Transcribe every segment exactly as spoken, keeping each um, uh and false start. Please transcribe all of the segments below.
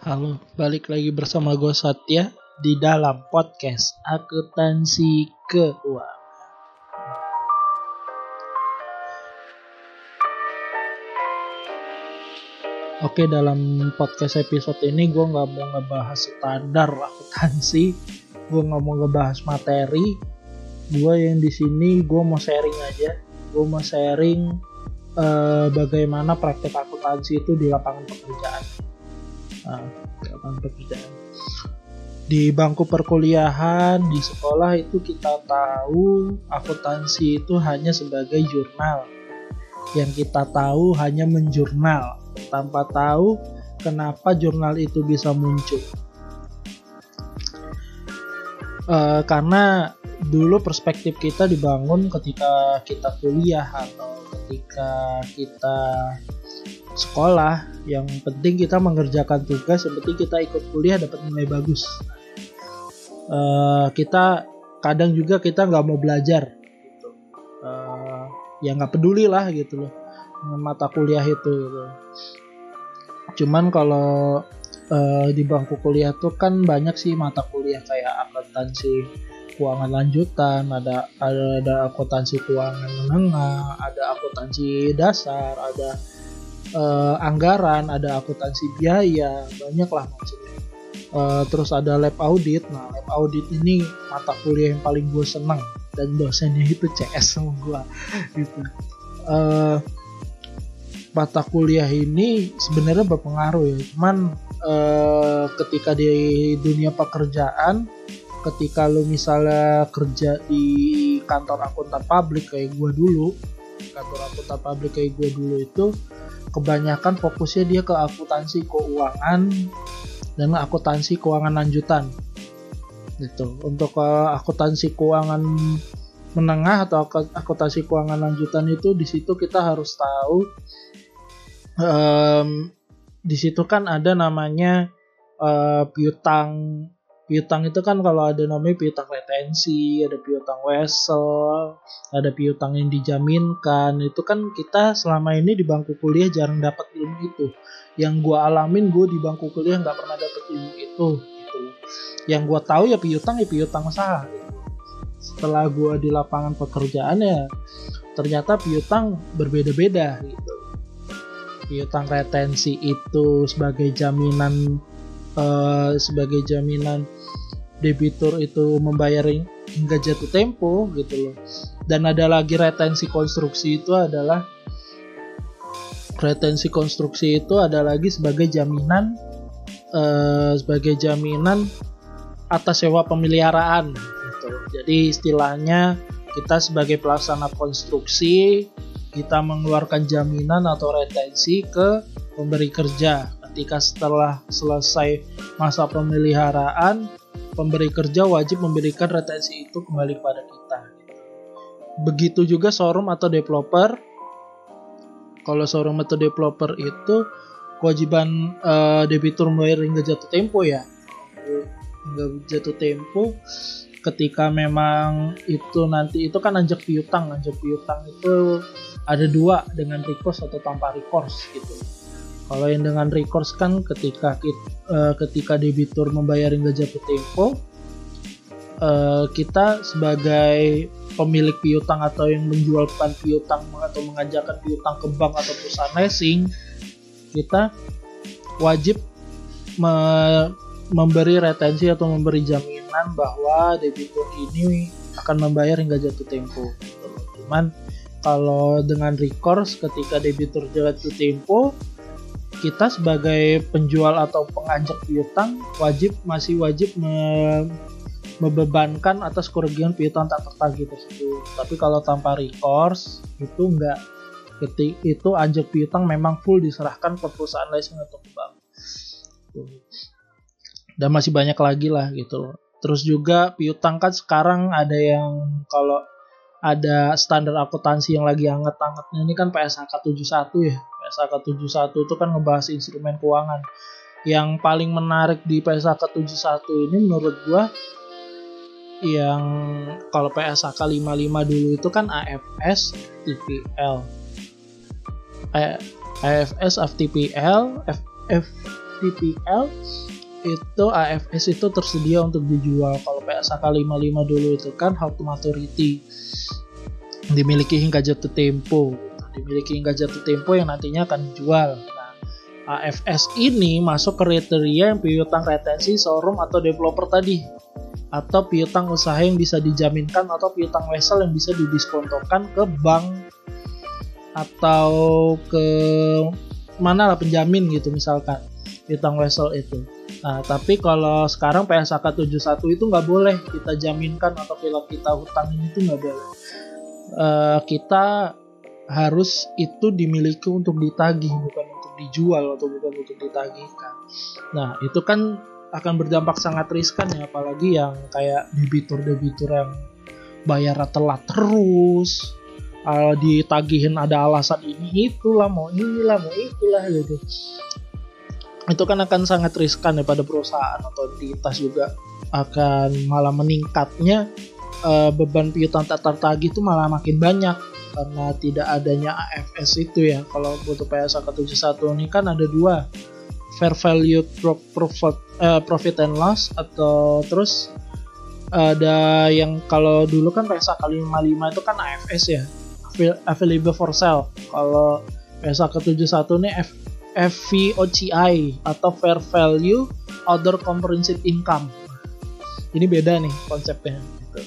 Halo, balik lagi bersama gue Satya di dalam podcast Akuntansi Keuangan. Oke, dalam podcast episode ini gue gak mau ngebahas standar akuntansi, gue gak mau ngebahas materi. Gue yang di sini gue mau sharing aja, gue mau sharing uh, bagaimana praktek akuntansi itu di lapangan pekerjaan. Nah, lapangan pekerjaan. Di bangku perkuliahan, di sekolah itu kita tahu akuntansi itu hanya sebagai jurnal. Yang kita tahu hanya menjurnal, tanpa tahu kenapa jurnal itu bisa muncul. Uh, karena dulu perspektif kita dibangun ketika kita kuliah atau ketika kita sekolah, yang penting kita mengerjakan tugas, yang penting kita ikut kuliah dapat nilai bagus. Uh, kita kadang juga kita nggak mau belajar, gitu. Uh, ya nggak peduli lah gitu loh dengan mata kuliah itu. Gitu. Cuman kalau uh, di bangku kuliah tuh kan banyak sih mata kuliah kayak akuntansi keuangan lanjutan, ada ada, ada akuntansi keuangan menengah, ada akuntansi dasar, ada Uh, anggaran, ada akuntansi biaya, banyak lah maksudnya. Uh, terus ada lab audit. Nah, lab audit ini mata kuliah yang paling gue seneng dan dosennya itu C S sama gue gitu. Uh, mata kuliah ini sebenarnya berpengaruh ya. Cuman uh, ketika di dunia pekerjaan, ketika lo misalnya kerja di kantor akuntan publik kayak gue dulu, kantor akuntan publik kayak gue dulu itu kebanyakan fokusnya dia ke akuntansi keuangan dan akuntansi keuangan lanjutan gitu. Untuk uh, akuntansi keuangan menengah atau akuntansi keuangan lanjutan itu di situ kita harus tahu um, di situ kan ada namanya uh, piutang. Piutang itu kan kalau ada namanya piutang retensi, ada piutang wesel, ada piutang yang dijaminkan. Itu kan kita selama ini di bangku kuliah jarang dapat ilmu itu. Yang gue alamin, gue di bangku kuliah nggak pernah dapat ilmu itu. Gitu. Yang gue tahu ya piutang ya piutang sah. Gitu. Setelah gue di lapangan pekerjaan ya ternyata piutang berbeda-beda. Gitu. Piutang retensi itu sebagai jaminan Uh, sebagai jaminan debitur itu membayar hingga jatuh tempo gitu loh. Dan ada lagi retensi konstruksi itu adalah retensi konstruksi itu ada lagi sebagai jaminan uh, sebagai jaminan atas sewa pemeliharaan gitu. Jadi istilahnya kita sebagai pelaksana konstruksi kita mengeluarkan jaminan atau retensi ke pemberi kerja. Ketika setelah selesai masa pemeliharaan, pemberi kerja wajib memberikan retensi itu kembali kepada kita. Begitu juga showroom atau developer. Kalau showroom atau developer itu kewajiban uh, debitur membayar hingga jatuh tempo ya. Hingga jatuh tempo. Ketika memang itu nanti itu kan anjak piutang, anjak piutang itu ada dua, dengan recourse atau tanpa recourse gitu. Kalau yang dengan recourse kan ketika kita, uh, ketika debitur membayar hingga jatuh tempo, uh, kita sebagai pemilik piutang atau yang menjualkan piutang atau mengajarkan piutang ke bank atau perusahaan leasing, kita wajib me- memberi retensi atau memberi jaminan bahwa debitur ini akan membayar hingga jatuh tempo. Cuman kalau dengan recourse ketika debitur jatuh tempo, kita sebagai penjual atau pengajak piutang wajib masih wajib me- membebankan atas kerugian piutang tak tertagih tersebut. Tapi kalau tanpa recourse itu enggak, ketika itu ajak piutang memang full diserahkan ke perusahaan leasing atau ke bank. Dan masih banyak lagi lah gitu. Terus juga piutang kan sekarang ada yang kalau ada standar akuntansi yang lagi hangat-hangatnya ini kan P S H K tujuh puluh satu ya. P S H K tujuh puluh satu itu kan ngebahas instrumen keuangan. Yang paling menarik di P S H K tujuh puluh satu ini menurut gua yang kalau P S H K lima puluh lima dulu itu kan A F S T P L. A F S F T P L, F, F T P L itu A F S itu tersedia untuk dijual. Kalau P S A K lima puluh lima dulu itu kan hold to maturity, dimiliki hingga jatuh tempo, dimiliki hingga jatuh tempo yang nantinya akan dijual. Nah, A F S ini masuk kriteria yang piutang retensi showroom atau developer tadi, atau piutang usaha yang bisa dijaminkan, atau piutang wesel yang bisa didiskontokan ke bank atau ke mana lah penjamin gitu misalkan, piutang wesel itu. Nah, tapi kalau sekarang P S A K tujuh puluh satu itu nggak boleh kita jaminkan atau kalau kita hutangin itu nggak boleh. Uh, kita harus itu dimiliki untuk ditagih, bukan untuk dijual atau bukan untuk ditagihkan. Nah, itu kan akan berdampak sangat riskan ya, apalagi yang kayak debitur-debitur yang bayarnya telat terus, uh, ditagihin ada alasan ini itulah, mau inilah, mau itulah gitu. Itu kan akan sangat riskan ya pada perusahaan atau entitas, juga akan malah meningkatnya uh, beban piutang tak tertagih itu malah makin banyak karena tidak adanya A F S itu ya. Kalau untuk P S A K tujuh puluh satu ini kan ada dua, fair value profit, uh, profit and loss, atau terus ada yang kalau dulu kan P S A K lima puluh lima itu kan A F S ya, available for sale. Kalau P S A K tujuh puluh satu ini F F V O C I atau Fair Value Other Comprehensive Income. Ini beda nih konsepnya gitu.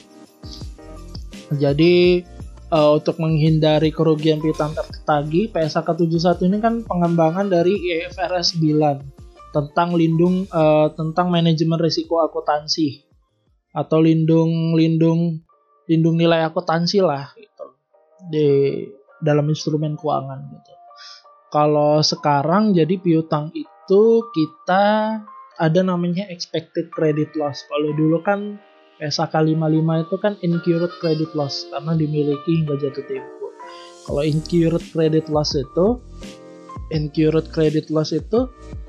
Jadi uh, untuk menghindari kerugian piutang tertagih, P S A K tujuh puluh satu ini kan pengembangan dari I F R S sembilan tentang lindung uh, tentang manajemen risiko akuntansi atau lindung lindung lindung nilai akuntansi lah gitu di dalam instrumen keuangan gitu. Kalau sekarang jadi piutang itu kita ada namanya expected credit loss. Kalau dulu kan P S A K lima puluh lima itu kan incurred credit loss karena dimiliki hingga jatuh tempo. Kalau incurred credit loss itu incurred credit loss itu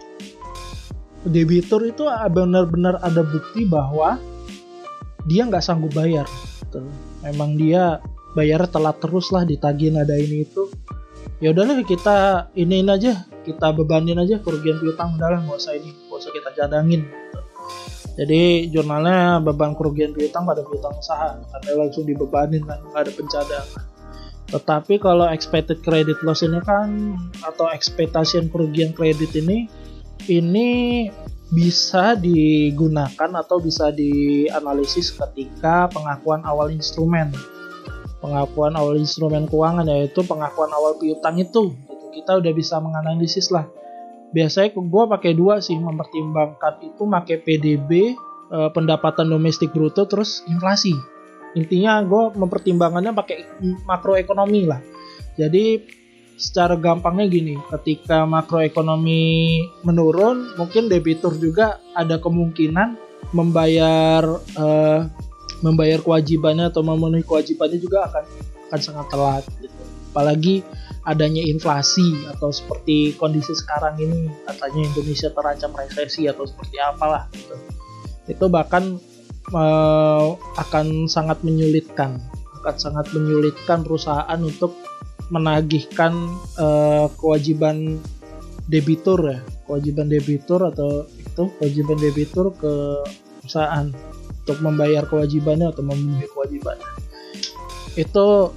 debitur itu benar-benar ada bukti bahwa dia nggak sanggup bayar. Gitu. Memang dia bayar telat terus lah, ditagih ada ini itu. Ya udahlah kita iniin aja, kita bebanin aja kerugian piutang, udahlah nggak usah ini, nggak usah kita cadangin gitu. Jadi jurnalnya beban kerugian piutang pada piutang usaha karena langsung dibebanin kan, nggak ada pencadangan. Tetapi kalau expected credit loss ini kan, atau ekspektasi kerugian kredit ini ini bisa digunakan atau bisa dianalisis ketika pengakuan awal instrumen. Pengakuan awal instrumen keuangan, yaitu pengakuan awal piutang itu gitu. Kita udah bisa menganalisis lah. Biasanya gue pakai dua sih, mempertimbangkan itu pakai P D B, eh, pendapatan domestik bruto, terus inflasi. Intinya gue mempertimbangannya pakai makroekonomi lah. Jadi secara gampangnya gini, ketika makroekonomi menurun, mungkin debitur juga ada kemungkinan membayar eh, membayar kewajibannya atau memenuhi kewajibannya juga akan akan sangat telat gitu. Apalagi adanya inflasi atau seperti kondisi sekarang ini, katanya Indonesia terancam resesi atau seperti apalah gitu. Itu bahkan eh, akan sangat menyulitkan akan sangat menyulitkan perusahaan untuk menagihkan eh, kewajiban debitur ya kewajiban debitur atau itu kewajiban debitur ke perusahaan untuk membayar kewajibannya atau memenuhi kewajibannya. Itu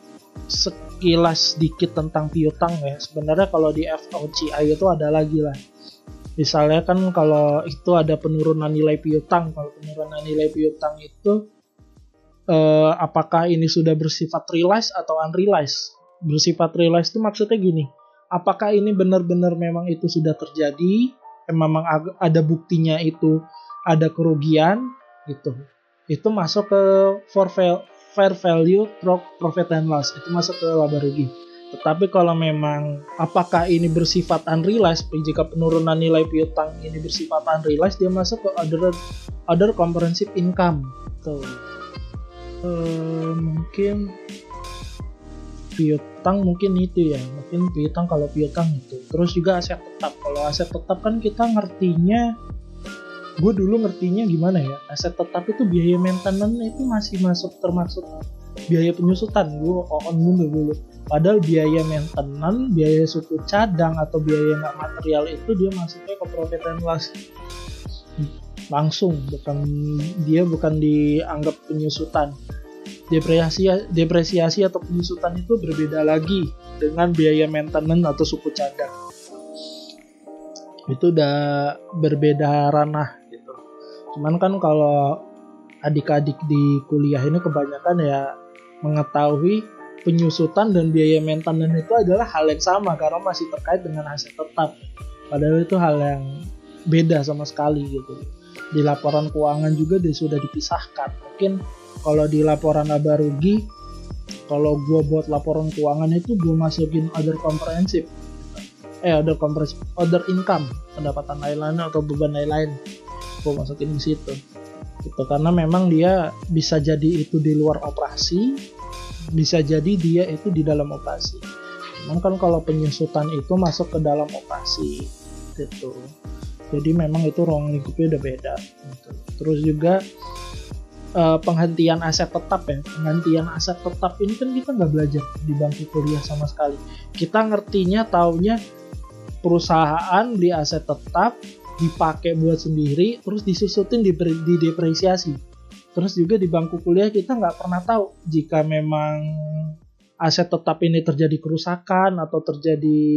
sekilas sedikit tentang piutang ya. Sebenarnya kalau di F O C I itu ada lagi lah. Misalnya kan kalau itu ada penurunan nilai piutang. Kalau penurunan nilai piutang itu eh, apakah ini sudah bersifat realized atau unrealized? Bersifat realized itu maksudnya gini. Apakah ini benar-benar memang itu sudah terjadi? Memang ada buktinya itu ada kerugian gitu. Itu masuk ke fair value profit and loss. Itu masuk ke laba rugi. Tetapi kalau memang apakah ini bersifat unrealized, jika penurunan nilai piutang ini bersifat unrealized, dia masuk ke other other comprehensive income. Tuh. E, mungkin piutang mungkin itu ya. Mungkin piutang kalau piutang itu. Terus juga aset tetap. Kalau aset tetap kan kita ngertinya, gue dulu ngertinya gimana ya, aset tetap itu biaya maintenance itu masih masuk termasuk biaya penyusutan gue on mundur dulu. Padahal biaya maintenance, biaya suku cadang atau biaya nggak material itu dia masuknya ke profit and loss langsung, bukan dia bukan dianggap penyusutan. Depresiasi depresiasi atau penyusutan itu berbeda lagi dengan biaya maintenance atau suku cadang. Itu udah berbeda ranah gitu. Cuman kan kalau adik-adik di kuliah ini kebanyakan ya mengetahui penyusutan dan biaya maintenance itu adalah hal yang sama karena masih terkait dengan aset tetap. Padahal itu hal yang beda sama sekali gitu. Di laporan keuangan juga dia sudah dipisahkan. Mungkin kalau di laporan laba rugi, kalau gue buat laporan keuangan itu gue masukin other comprehensive, eh other comprehensive, other income, pendapatan lain-lain atau beban lain-lain, gue masukin di situ. Gitu, karena memang dia bisa jadi itu di luar operasi, bisa jadi dia itu di dalam operasi. Memang kan kalau penyusutan itu masuk ke dalam operasi, gitu. Jadi memang itu ruang lingkupnya udah beda. Gitu. Terus juga uh, penghentian aset tetap ya, penghentian aset tetap ini kan kita nggak belajar di bangku kuliah sama sekali. Kita ngertinya taunya perusahaan beli aset tetap, dipakai buat sendiri, terus disusutin di, di depresiasi. Terus juga di bangku kuliah kita nggak pernah tahu jika memang aset tetap ini terjadi kerusakan atau terjadi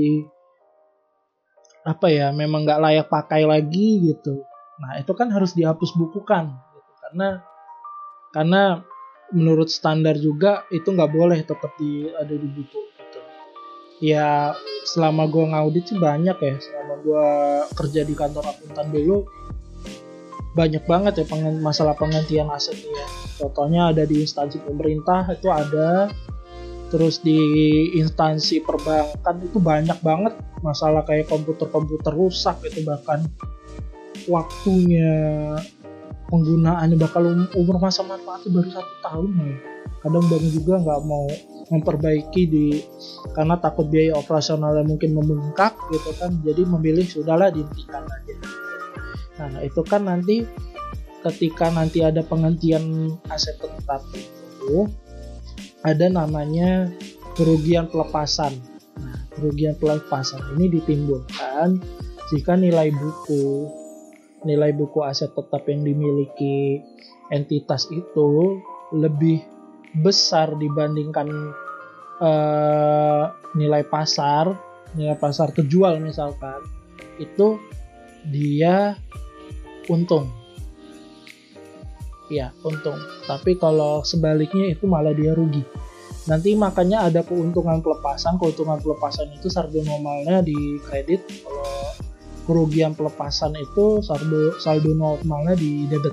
apa ya, memang nggak layak pakai lagi gitu. Nah itu kan harus dihapus bukukan gitu. karena karena menurut standar juga itu nggak boleh tetap di ada di buku gitu. Ya selama gue ngaudit sih banyak ya, selama gue kerja di kantor akuntan dulu banyak banget ya pengen, masalah penggantian aset ya. Contohnya ada di instansi pemerintah itu ada, terus di instansi perbankan itu banyak banget masalah kayak komputer-komputer rusak itu, bahkan waktunya penggunaannya bakal umur masa manfaatnya baru satu tahun ya. Kadang bank juga nggak mau memperbaiki di karena takut biaya operasionalnya mungkin membengkak gitu kan, jadi memilih sudahlah dihentikan aja. Nah itu kan nanti ketika nanti ada penghentian aset tetap itu ada namanya kerugian pelepasan. Nah, kerugian pelepasan ini ditimbulkan jika nilai buku nilai buku aset tetap yang dimiliki entitas itu lebih besar dibandingkan uh, nilai pasar, nilai pasar terjual misalkan, itu dia untung. Ya, untung. Tapi kalau sebaliknya itu malah dia rugi. Nanti makanya ada keuntungan pelepasan. Keuntungan pelepasan itu saldo normalnya di kredit. Kalau kerugian pelepasan itu saldo saldo normalnya di debit.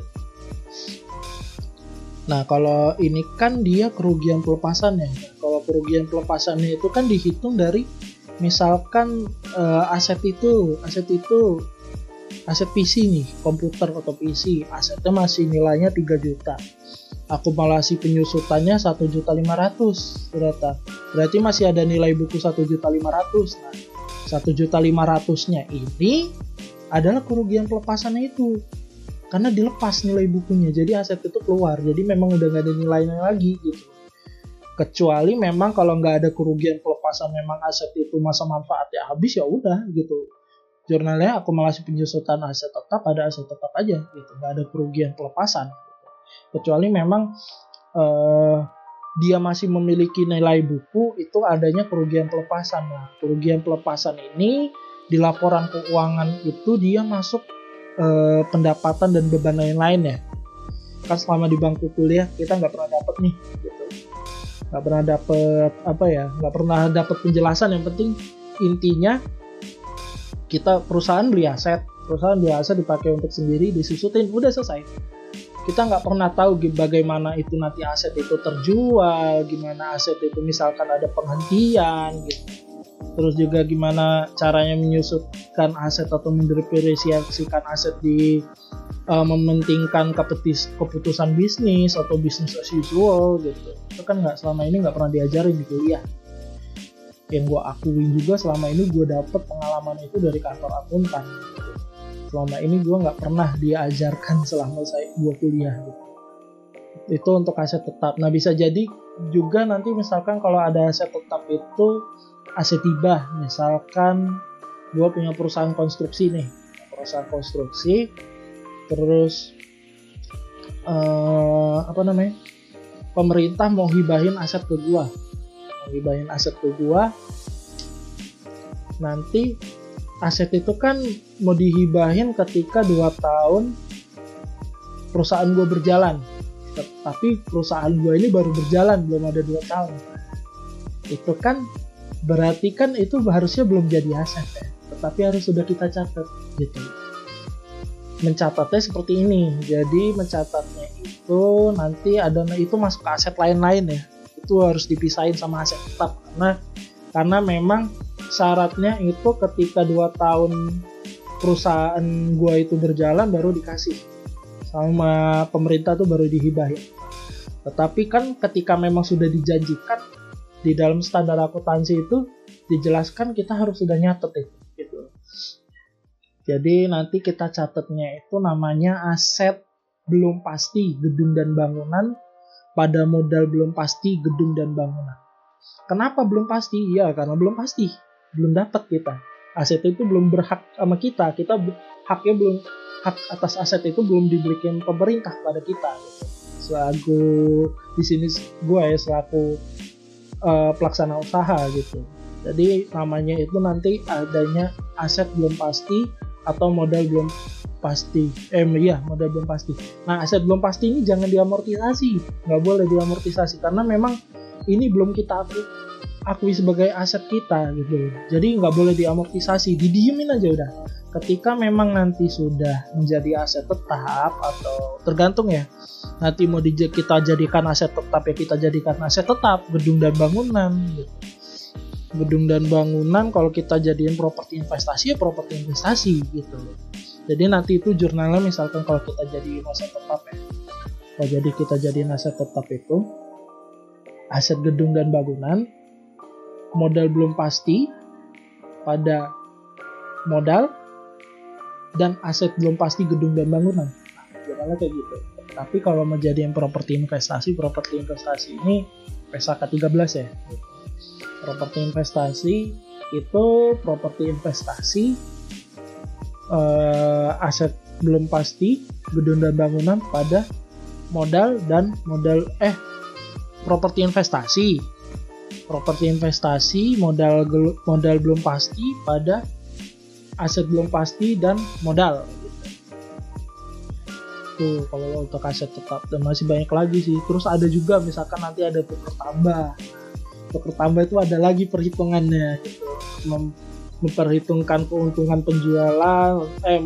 Nah, kalau ini kan dia kerugian pelepasannya. Kalau kerugian pelepasannya itu kan dihitung dari misalkan uh, aset itu, aset itu aset P C nih, komputer atau P C, asetnya masih nilainya tiga juta. Akumulasi penyusutannya satu juta lima ratus ternyata. Berarti masih ada nilai buku satu juta lima ratus. Nah, satu juta lima ratus-nya ini adalah kerugian pelepasannya itu. Karena dilepas nilai bukunya, jadi aset itu keluar. Jadi memang udah gak ada nilainya lagi gitu. Kecuali memang kalau nggak ada kerugian pelepasan, memang aset itu masa manfaatnya habis, ya udah gitu. Jurnalnya akumulasi penyusutan aset tetap, ada aset tetap aja gitu, nggak ada kerugian pelepasan gitu. Kecuali memang eh, dia masih memiliki nilai buku, itu adanya kerugian pelepasan. Nah, kerugian pelepasan ini di laporan keuangan itu dia masuk eh, pendapatan dan beban lain-lain ya. Kan selama di bangku kuliah kita nggak pernah dapet nih gitu, nggak pernah dapet apa ya, nggak pernah dapet penjelasan. Yang penting intinya kita perusahaan beli aset, perusahaan beli aset dipakai untuk sendiri, disusutin, udah selesai. Kita nggak pernah tahu bagaimana itu nanti aset itu terjual, gimana aset itu misalkan ada penghentian gitu. Terus juga gimana caranya menyusutkan aset atau mendepresiasikan aset di uh, mementingkan kepetis, keputusan bisnis atau bisnis as usual gitu. Itu kan nggak, selama ini nggak pernah diajarin di kuliah. Yang gue akuin juga selama ini gue dapet pengalaman itu dari kantor akuntan. Selama ini gue nggak pernah diajarkan selama saya gue kuliah gitu. Itu untuk aset tetap. Nah bisa jadi juga nanti misalkan kalau ada aset tetap itu aset hibah, misalkan gue punya perusahaan konstruksi nih, perusahaan konstruksi, terus uh, apa namanya, pemerintah mau hibahin aset ke gue, mau hibahin aset ke gue, nanti aset itu kan mau dihibahin ketika dua tahun perusahaan gue berjalan, tapi perusahaan gue ini baru berjalan belum ada dua tahun, itu kan berarti kan itu harusnya belum jadi aset ya, tetapi harus sudah kita catat gitu. Mencatatnya seperti ini, jadi mencatatnya itu nanti ada itu masuk ke aset lain-lain ya, itu harus dipisahin sama aset tetap, karena karena memang syaratnya itu ketika dua tahun perusahaan gua itu berjalan baru dikasih sama pemerintah tuh, baru dihibahin. Tetapi kan ketika memang sudah dijanjikan di dalam standar akuntansi itu dijelaskan kita harus sudah nyatet itu gitu. Jadi nanti kita catatnya itu namanya aset belum pasti gedung dan bangunan pada modal belum pasti gedung dan bangunan. Kenapa belum pasti? Ya karena belum pasti, belum dapat kita. Aset itu belum berhak sama kita. Kita haknya belum, hak atas aset itu belum diberikan pemerintah pada kita. Gitu. Selaku di sini gue ya selaku uh, pelaksana usaha gitu. Jadi namanya itu nanti adanya aset belum pasti atau modal belum pasti. Eh iya modal belum pasti. Nah aset belum pasti ini jangan diamortisasi, nggak boleh diamortisasi karena memang ini belum kita akui, akui sebagai aset kita gitu. Jadi nggak boleh diamortisasi, didiemin aja udah. Ketika memang nanti sudah menjadi aset tetap atau tergantung ya, nanti mau di, kita jadikan aset tetap ya kita jadikan aset tetap gedung dan bangunan gitu. Gedung dan bangunan kalau kita jadiin properti investasi ya properti investasi gitu. Jadi nanti itu jurnalnya misalkan kalau kita jadiin aset tetap ya, kalau jadi kita jadiin aset tetap itu aset gedung dan bangunan, modal belum pasti pada modal, dan aset belum pasti gedung dan bangunan. Nah, jurnalnya kayak gitu. Tapi kalau mau jadiin properti investasi, properti investasi ini P S A K tiga belas ya. Properti investasi itu properti investasi eh, aset belum pasti gedung dan bangunan pada modal dan modal eh properti investasi properti investasi modal modal belum pasti pada aset belum pasti dan modal gitu. Tuh kalau untuk aset tetap, dan masih banyak lagi sih. Terus ada juga misalkan nanti ada tukar tambah. Tukar tambah itu ada lagi perhitungannya gitu. Mem- memperhitungkan keuntungan penjualan eh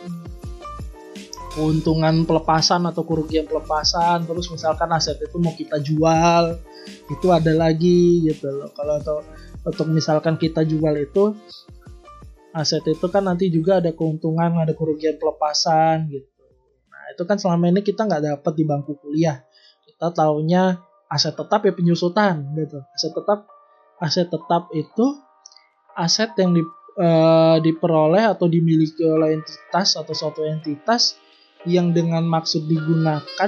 keuntungan pelepasan atau kerugian pelepasan, terus misalkan aset itu mau kita jual, itu ada lagi gitu loh. Kalau untuk, untuk misalkan kita jual itu aset itu kan nanti juga ada keuntungan, ada kerugian pelepasan gitu. Nah itu kan selama ini kita nggak dapat di bangku kuliah. Kita taunya aset tetap ya penyusutan gitu. Aset tetap, aset tetap itu aset yang di, uh, diperoleh atau dimiliki oleh entitas atau suatu entitas yang dengan maksud digunakan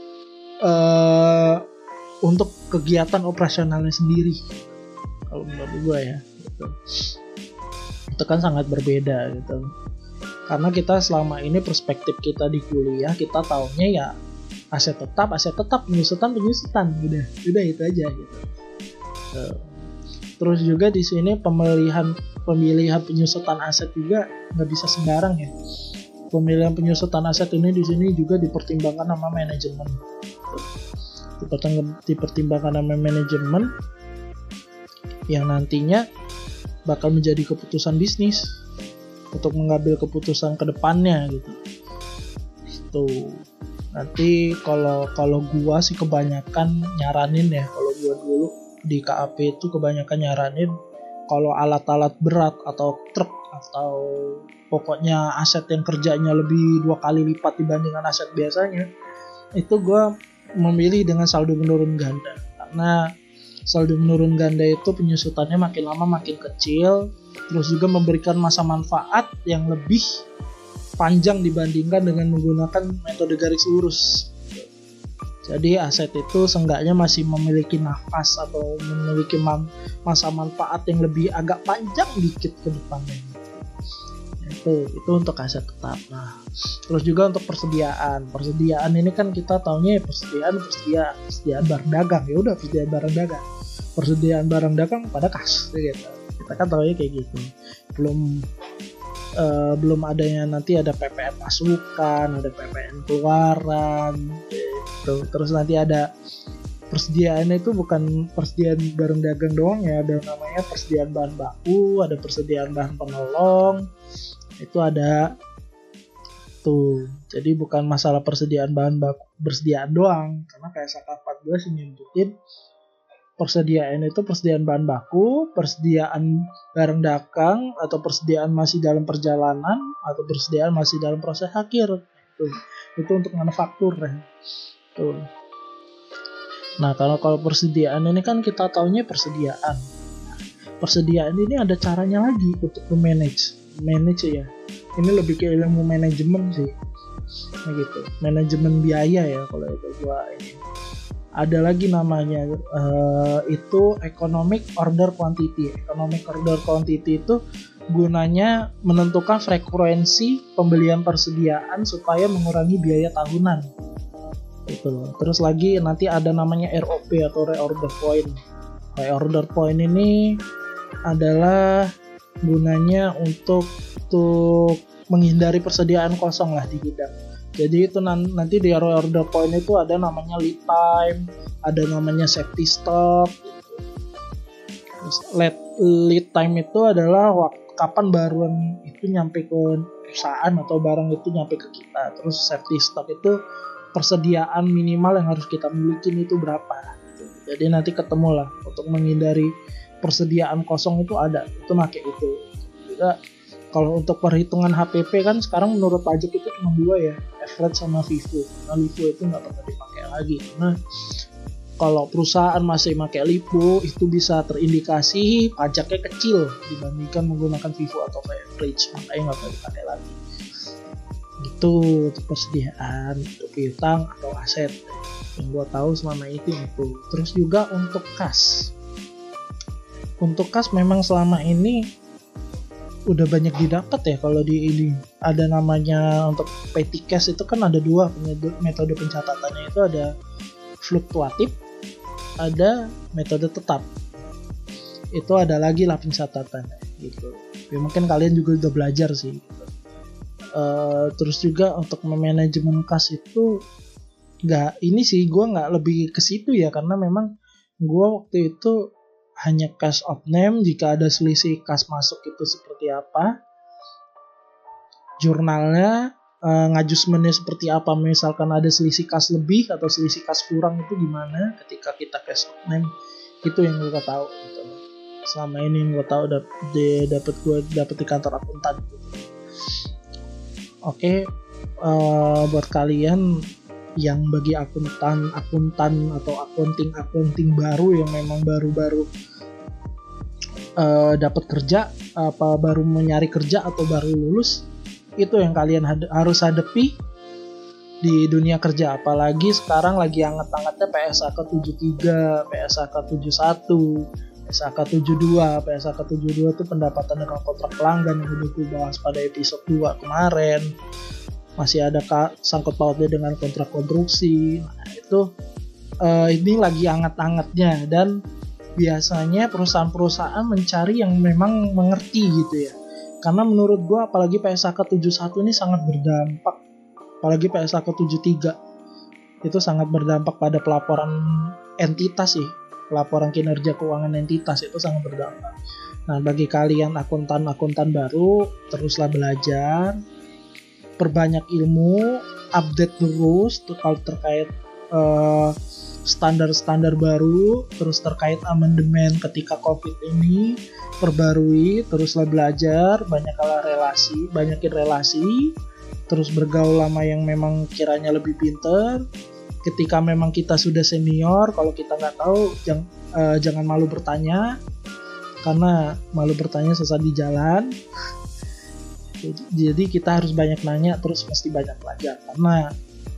uh, untuk kegiatan operasionalnya sendiri. Kalau menurut gue ya, gitu. Itu kan sangat berbeda gitu. Karena kita selama ini perspektif kita di kuliah kita taunya ya aset tetap, aset tetap, penyusutan, penyusutan, udah, udah itu aja gitu. Uh, terus juga di sini pemilihan pemilihan penyusutan aset juga nggak bisa sembarang ya. Pemilihan penyusutan aset ini di sini juga dipertimbangkan sama manajemen. Dipertimbangkan sama manajemen yang nantinya bakal menjadi keputusan bisnis untuk mengambil keputusan ke depannya gitu. Itu nanti kalau kalau gua sih kebanyakan nyaranin ya, kalau gua dulu di K A P itu kebanyakan nyaranin kalau alat-alat berat atau truk atau pokoknya aset yang kerjanya lebih dua kali lipat dibandingkan aset biasanya, itu gue memilih dengan saldo menurun ganda. Karena saldo menurun ganda itu penyusutannya makin lama makin kecil, terus juga memberikan masa manfaat yang lebih panjang dibandingkan dengan menggunakan metode garis lurus. Jadi aset itu seenggaknya masih memiliki nafas atau memiliki man- masa manfaat yang lebih agak panjang dikit ke depannya. Itu itu untuk aset tetap. Nah, terus juga untuk persediaan. Persediaan ini kan kita taunya persediaan persediaan persediaan barang dagang. Ya udah persediaan barang dagang. Persediaan barang dagang pada kas gitu. Kita kan taunya kayak gitu. Belum uh, belum adanya nanti ada P P N masukan, ada P P N keluaran. Gitu. Terus nanti ada persediaan itu bukan persediaan barang dagang doang ya, ada namanya persediaan bahan baku, ada persediaan bahan penolong. Itu ada tuh. Jadi bukan masalah persediaan bahan baku persediaan doang, karena kayak S A K empat belas nyebutin persediaan itu persediaan bahan baku, persediaan barang dagang, atau persediaan masih dalam perjalanan, atau persediaan masih dalam proses akhir. Tuh. Itu untuk manufaktur ya. Tuh. Nah, kalau kalau persediaan ini kan kita taunya persediaan. Persediaan ini ada caranya lagi untuk manage. Manage ya. Ini lebih ke ilmu manajemen sih. Nah gitu. Manajemen biaya ya kalau itu gua ini. Ada lagi namanya uh, itu economic order quantity. Economic order quantity itu gunanya menentukan frekuensi pembelian persediaan supaya mengurangi biaya tahunan. Gitu loh. Terus lagi nanti ada namanya R O P atau reorder point. Reorder point ini adalah gunanya untuk untuk menghindari persediaan kosong lah di gudang. Jadi itu nanti di reorder point itu ada namanya lead time, ada namanya safety stock. Lead, lead time itu adalah waktu kapan baruan itu nyampe ke perusahaan atau barang itu nyampe ke kita. Terus safety stock itu persediaan minimal yang harus kita miliki itu berapa. Jadi nanti ketemu lah untuk menghindari persediaan kosong itu ada, itu pakai itu. Juga kalau untuk perhitungan H P P kan sekarang menurut pajak itu cuma dua ya, average sama FIFO. Nah LIFO itu nggak pernah dipakai lagi. Nah kalau perusahaan masih pakai LIFO itu bisa terindikasi pajaknya kecil dibandingkan menggunakan FIFO atau average, makanya nggak pernah dipakai lagi. Itu untuk persediaan, untuk piutang atau aset yang gue tahu selama itu itu. Terus juga untuk kas. Untuk kas memang selama ini udah banyak didapat ya kalau di ini. Ada namanya untuk petty cash itu kan ada dua metode pencatatannya, itu ada fluktuatif, ada metode tetap. Itu ada lagi lah pencatatannya gitu. Ya mungkin kalian juga udah belajar sih gitu. Uh, terus juga untuk manajemen kas itu nggak ini sih gue nggak lebih ke situ ya, karena memang gue waktu itu hanya cash out name, jika ada selisih kas masuk itu seperti apa, jurnalnya, uh, ngajusmennya seperti apa, misalkan ada selisih kas lebih atau selisih kas kurang itu gimana ketika kita cash out name, itu yang gue tahu gitu. Selama ini yang gue tahu dapat gue dapat di kantor akuntan gitu. Oke, okay, uh, buat kalian yang bagi akuntan akuntan atau akunting akunting baru yang memang baru-baru uh, dapat kerja, apa baru mencari kerja atau baru lulus, itu yang kalian had- harus hadapi di dunia kerja. Apalagi sekarang lagi hangat-hangatnya P S A K tujuh puluh tiga, P S A K tujuh puluh satu, P S A K tujuh puluh dua. P S A K tujuh puluh dua itu pendapatan dengan kontrak pelanggan yang udah gue bahas pada episode dua kemarin. Masih ada ka- sangkut pautnya dengan kontrak konstruksi. Nah, itu uh, ini lagi hangat-hangatnya, dan biasanya perusahaan-perusahaan mencari yang memang mengerti gitu ya. Karena menurut gue apalagi P S A K tujuh puluh satu ini sangat berdampak, apalagi P S A K tujuh puluh tiga itu sangat berdampak pada pelaporan entitas sih. Pelaporan kinerja keuangan entitas itu sangat berdampak. Nah, bagi kalian akuntan-akuntan baru, teruslah belajar, perbanyak ilmu, update terus kalau terkait uh, standar-standar baru, terus terkait amandemen ketika COVID ini, perbarui, teruslah belajar, banyaklah relasi, banyakin relasi, terus bergaul sama yang memang kiranya lebih pinter. Ketika memang kita sudah senior, kalau kita nggak tahu, jang, uh, jangan malu bertanya, karena malu bertanya sesat di jalan. Jadi kita harus banyak nanya, terus mesti banyak belajar, karena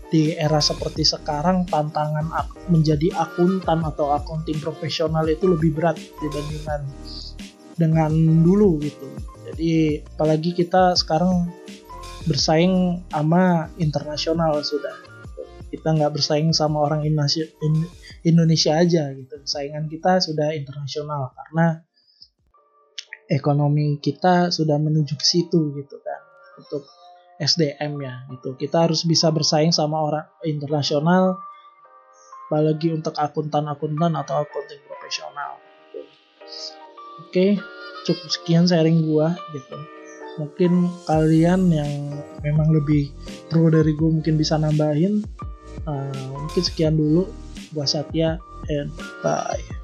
di era seperti sekarang tantangan ak- menjadi akuntan atau accounting profesional itu lebih berat dibandingkan dengan dulu gitu. Jadi apalagi kita sekarang bersaing sama internasional sudah. Kita nggak bersaing sama orang Indonesia aja gitu. Saingan kita sudah internasional karena ekonomi kita sudah menuju ke situ gitu kan. Untuk S D M ya gitu. Kita harus bisa bersaing sama orang internasional, apalagi untuk akuntan-akuntan atau accounting profesional gitu. Oke, cukup sekian sharing gua gitu. Mungkin kalian yang memang lebih pro dari gua mungkin bisa nambahin. Uh, mungkin sekian dulu. Gua Satya and bye.